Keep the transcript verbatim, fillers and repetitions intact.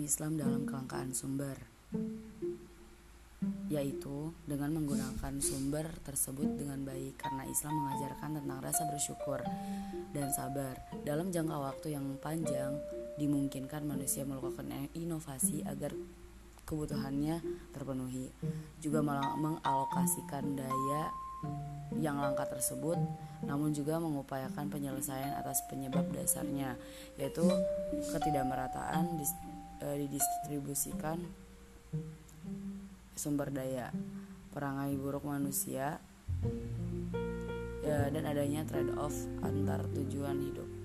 Islam dalam kelangkaan sumber, yaitu dengan menggunakan sumber tersebut dengan baik, karena Islam mengajarkan tentang rasa bersyukur dan sabar. Dalam jangka waktu yang panjang, dimungkinkan manusia melakukan inovasi agar kebutuhannya terpenuhi, juga mengalokasikan daya yang langka tersebut, namun juga mengupayakan penyelesaian atas penyebab dasarnya, yaitu ketidakmerataan dis, e, didistribusikan sumber daya, perangai buruk manusia, e, dan adanya trade-off antar tujuan hidup.